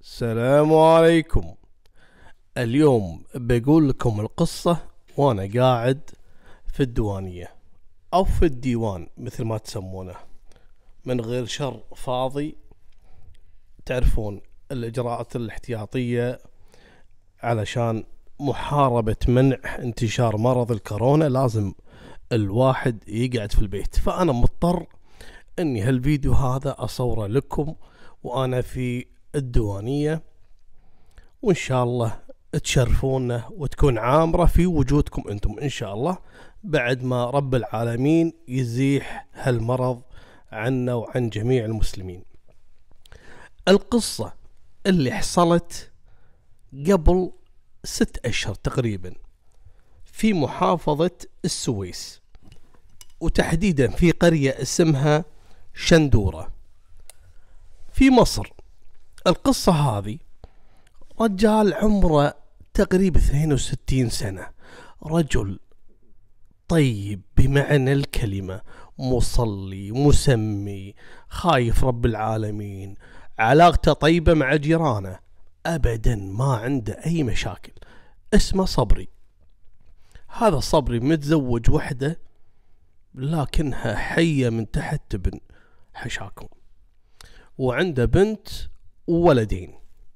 السلام عليكم. اليوم بقول لكم القصة وانا قاعد في الديوانية او في الديوان مثل ما تسمونه، من غير شر فاضي. تعرفون الاجراءات الاحتياطية علشان محاربة منع انتشار مرض الكورونا، لازم الواحد يقعد في البيت. فانا مضطر اني هالفيديو هذا اصوره لكم وانا في الديوانية، وإن شاء الله تشرفونا وتكون عامرة في وجودكم أنتم إن شاء الله، بعد ما رب العالمين يزيح هالمرض عنا وعن جميع المسلمين. القصة اللي حصلت قبل 6 أشهر تقريبا في محافظة السويس، وتحديدا في قرية اسمها شندورة في مصر. القصة هذه رجال عمره تقريبا 62 سنة، رجل طيب بمعنى الكلمة، مصلي مسمي، خايف رب العالمين، علاقته طيبة مع جيرانه، أبدا ما عنده أي مشاكل. اسمه صبري. هذا صبري متزوج وحدة لكنها حية من تحت تبن حشاكم، وعنده بنت وولدين.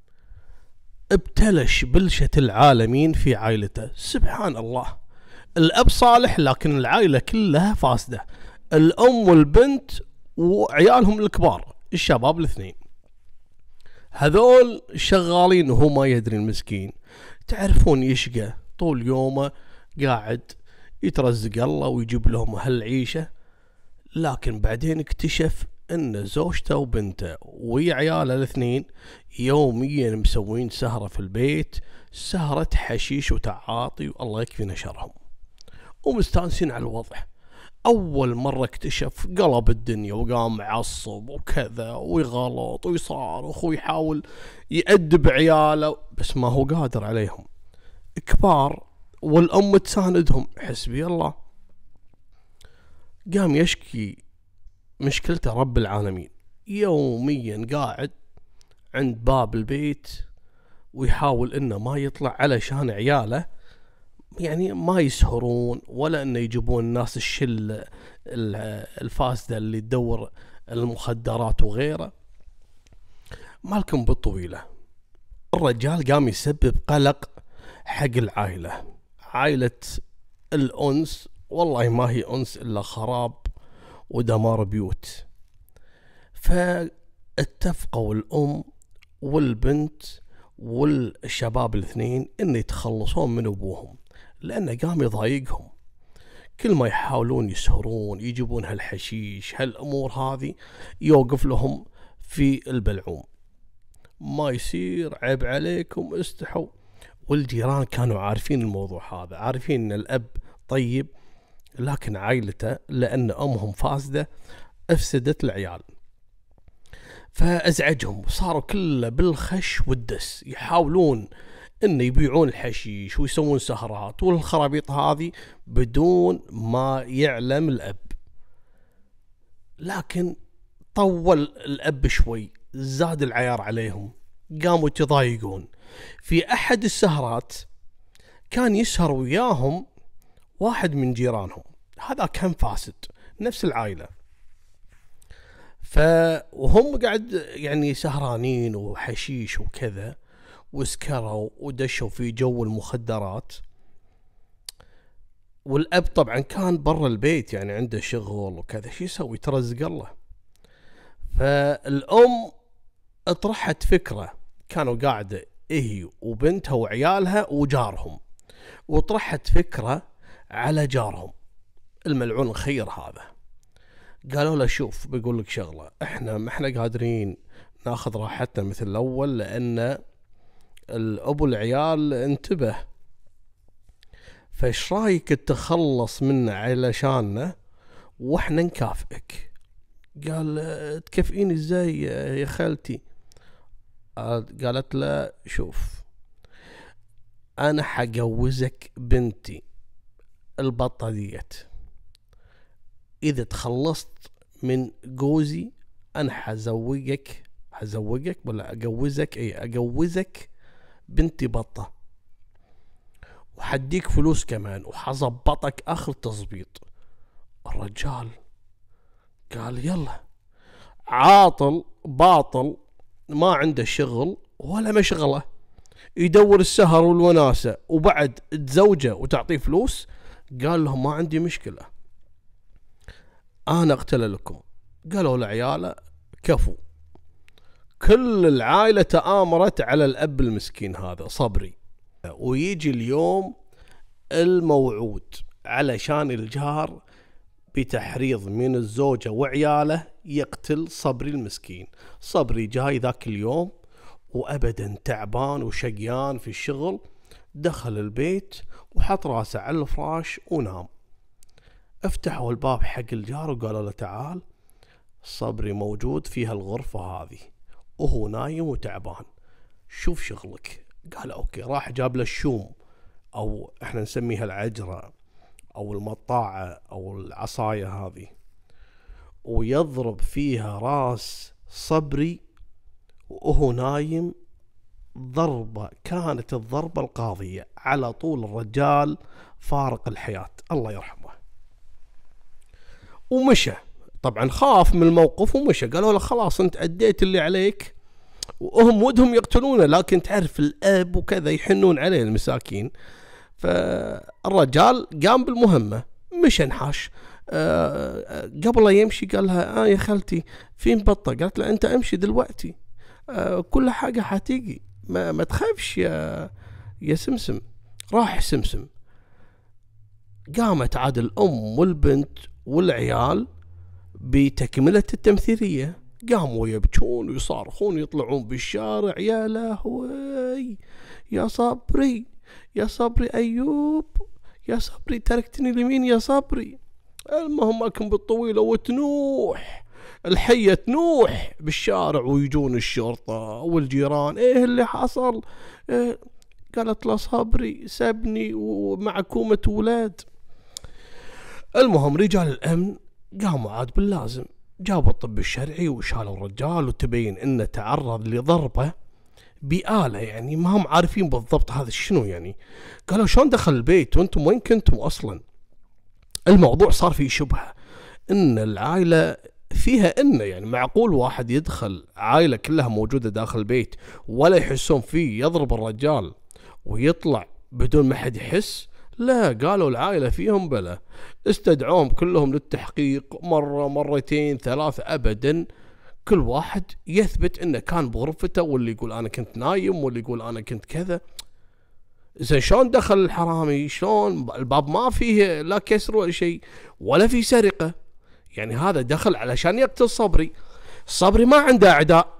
ابتلش بلشة العالمين في عائلته، سبحان الله. الأب صالح لكن العائلة كلها فاسدة، الأم والبنت وعيالهم الكبار الشباب الاثنين، هذول شغالين وهو ما يدري المسكين. تعرفون يشقى طول يومه قاعد يترزق الله ويجيب لهم هالعيشة، لكن بعدين اكتشف ان زوجته وبنته وعياله الاثنين يوميا مسوين سهرة في البيت، سهرة حشيش وتعاطي والله يكفينا شرهم، ومستانسين على الوضع. اول مرة اكتشف قلب الدنيا وقام معصب وكذا ويغلط ويصارخ ويحاول يأدب عياله، بس ما هو قادر عليهم، كبار والام تساندهم، حسبي الله. قام يشكي مشكلته رب العالمين، يوميا قاعد عند باب البيت ويحاول انه ما يطلع علشان عياله يعني ما يسهرون، ولا انه يجيبون الناس الشل الفاسدة اللي تدور المخدرات وغيره. مالكم بالطويلة، الرجال قام يسبب قلق حق العائلة، عائلة الأنس والله ما هي أنس إلا خراب ودمار بيوت. فاتفقوا الأم والبنت والشباب الاثنين ان يتخلصون من ابوهم، لانه قام يضايقهم. كل ما يحاولون يسهرون يجيبون هالحشيش هالامور هذه يوقف لهم في البلعوم، ما يصير، عيب عليكم، استحوا. والجيران كانوا عارفين الموضوع هذا، عارفين ان الاب طيب لكن عائلته لان امهم فاسدة افسدت العيال، فازعجهم، صاروا كله بالخش والدس يحاولون ان يبيعون الحشيش ويسوون سهرات والخرابيط هذه بدون ما يعلم الاب. لكن طول الاب شوي، زاد العيار عليهم، قاموا يتضايقون. في احد السهرات كان يسهر وياهم واحد من جيرانهم، هذا كان فاسد نفس العائلة، وهم قاعد يعني سهرانين وحشيش وكذا وسكروا ودشوا في جو المخدرات. والأب طبعا كان برا البيت يعني عنده شغل وكذا، شو يسوي، ترزق الله. فالأم اطرحت فكرة، كانوا قاعدة هي وبنتها وعيالها وجارهم، وطرحت فكرة على جارهم الملعون الخير هذا. قالوا له شوف بيقول لك شغلة، احنا ما احنا قادرين ناخذ راحتنا مثل الاول لان الابو العيال انتبه، فايش رايك تتخلص منا علشاننا واحنا نكافئك؟ قال تكافئيني ازاي يا خالتي؟ قالت له شوف انا حجوزك بنتي البطة ديت، اذا تخلصت من جوزي انا ازوجك ولا اجوزك، اجوزك بنتي بطة، وحديك فلوس كمان، وحظبطك اخر تظبيط. الرجال قال يلا، عاطل باطل، ما عنده شغل ولا مشغلة، يدور السهر والوناسة، وبعد تزوجه وتعطيه فلوس. قال لهم ما عندي مشكلة، انا اقتل لكم. قالوا لعياله كفو. كل العائلة تآمرت على الاب المسكين هذا صبري. ويجي اليوم الموعود علشان الجار بتحريض من الزوجة وعياله يقتل صبري المسكين. صبري جاي ذاك اليوم وأبدا تعبان وشقيان في الشغل، دخل البيت وحط راسه على الفراش ونام. افتحوا الباب حق الجار وقالوا له تعال، صبري موجود في هالغرفة هذه وهو نايم وتعبان، شوف شغلك. قال اوكي. راح جاب له الشوم، او احنا نسميها العجرة او المطاعة او العصاية هذه، ويضرب فيها راس صبري وهو نايم ضربة كانت الضربة القاضية. على طول الرجال فارق الحياة الله يرحمه، ومشى. طبعا خاف من الموقف ومشى. قالوا له خلاص انت اديت اللي عليك، وهم ودهم يقتلونه، لكن تعرف الاب وكذا يحنون عليه المساكين. فالرجال قام بالمهمة، مشى نحاش. قبل لا يمشي قال لها يا خالتي في بطة. قالت له انت امشي دلوقتي، كل حاجة حتيجي، ما تخافش يا سمسم. راح سمسم، قامت عاد الام والبنت والعيال بتكملة التمثيلية، قاموا يبكون ويصارخون يطلعون بالشارع يا لهوي يا صبري يا صبري أيوب يا صبري تركتني لمين يا صبري. المهم أكن بالطويلة وتنوح الحية تنوح بالشارع، ويجون الشرطة والجيران ايه اللي حصل. قالت له صبري سبني ومع كومة ولاد. المهم رجال الأمن قاموا عاد باللازم، جابوا الطب الشرعي وشالوا الرجال، وتبين انه تعرض لضربة بآلة، يعني ما هم عارفين بالضبط هذا شنو يعني. قالوا شلون دخل البيت وانتم وين كنتم اصلا؟ الموضوع صار فيه شبهة ان العائلة فيها انه يعني معقول واحد يدخل عائلة كلها موجودة داخل البيت ولا يحسون فيه يضرب الرجال ويطلع بدون ما حد يحس؟ لا، قالوا العائلة فيهم بلا. استدعوهم كلهم للتحقيق مرة مرتين ثلاثة، أبدا كل واحد يثبت انه كان بغرفته، واللي يقول انا كنت نايم، واللي يقول انا كنت كذا. زين شلون دخل الحرامي؟ شلون الباب ما فيه لا كسر ولا شيء ولا في سرقة؟ يعني هذا دخل علشان يقتل صبري. صبري ما عنده اعداء،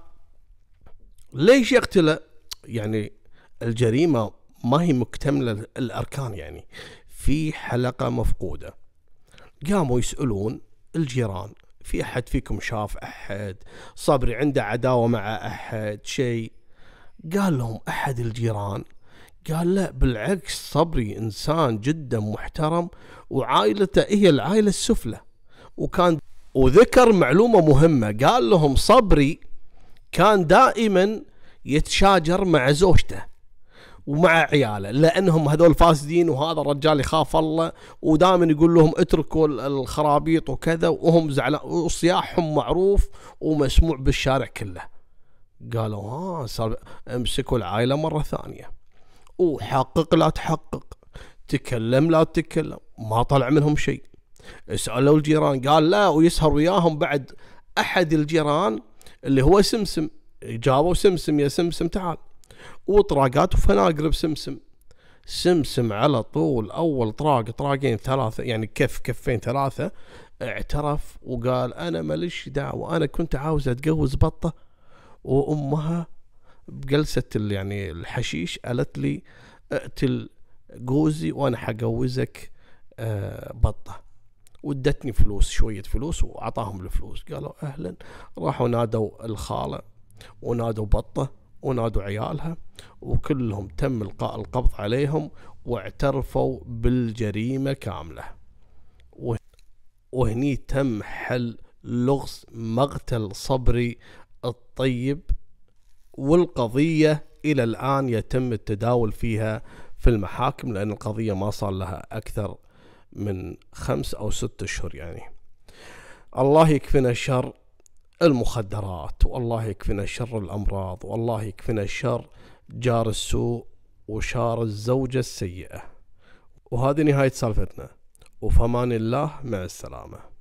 ليش يقتله؟ يعني الجريمة ما هي مكتملة الأركان، يعني في حلقة مفقودة. قاموا يسألون الجيران في أحد فيكم شاف أحد صبري عنده عداوة مع أحد شيء؟ قال لهم أحد الجيران قال لا بالعكس، صبري إنسان جدا محترم وعائلته هي العائلة السفلى. وذكر معلومة مهمة، قال لهم صبري كان دائما يتشاجر مع زوجته ومع عياله لأنهم هذول فاسدين، وهذا الرجال يخاف الله ودائما يقول لهم اتركوا الخرابيط وكذا، وهم زعلان وصياحهم معروف ومسموع بالشارع كله. قالوا صار امسكوا العائلة مرة ثانية، وحقق لا تحقق، تكلم لا تتكلم، ما طلع منهم شيء. اسألوا الجيران قال لا، ويسهر وياهم بعد أحد الجيران اللي هو سمسم. جابوا سمسم، يا سمسم تعال، وطراقات وفناقر بسمسم. سمسم على طول أول طراق طراقين ثلاثة، يعني كفين ثلاثة، اعترف وقال أنا ماليش دعوة، أنا كنت عاوز أتجوز بطة، وأمها بجلسة يعني الحشيش قالت لي اقتل جوزي وأنا حجوزك بطة، ودتني فلوس شوية فلوس وعطاهم الفلوس. قالوا أهلا. راحوا نادوا الخالة ونادوا بطة ونادوا عيالها، وكلهم تم إلقاء القبض عليهم واعترفوا بالجريمة كاملة. وهني تم حل لغز مقتل صبري الطيب، والقضية إلى الآن يتم التداول فيها في المحاكم، لأن القضية ما صار لها أكثر من 5 أو 6 أشهر يعني. الله يكفينا شر المخدرات، والله يكفينا شر الأمراض، والله يكفينا شر جار السوء وشار الزوجة السيئة. وهذه نهاية سالفتنا، وفمان الله، مع السلامة.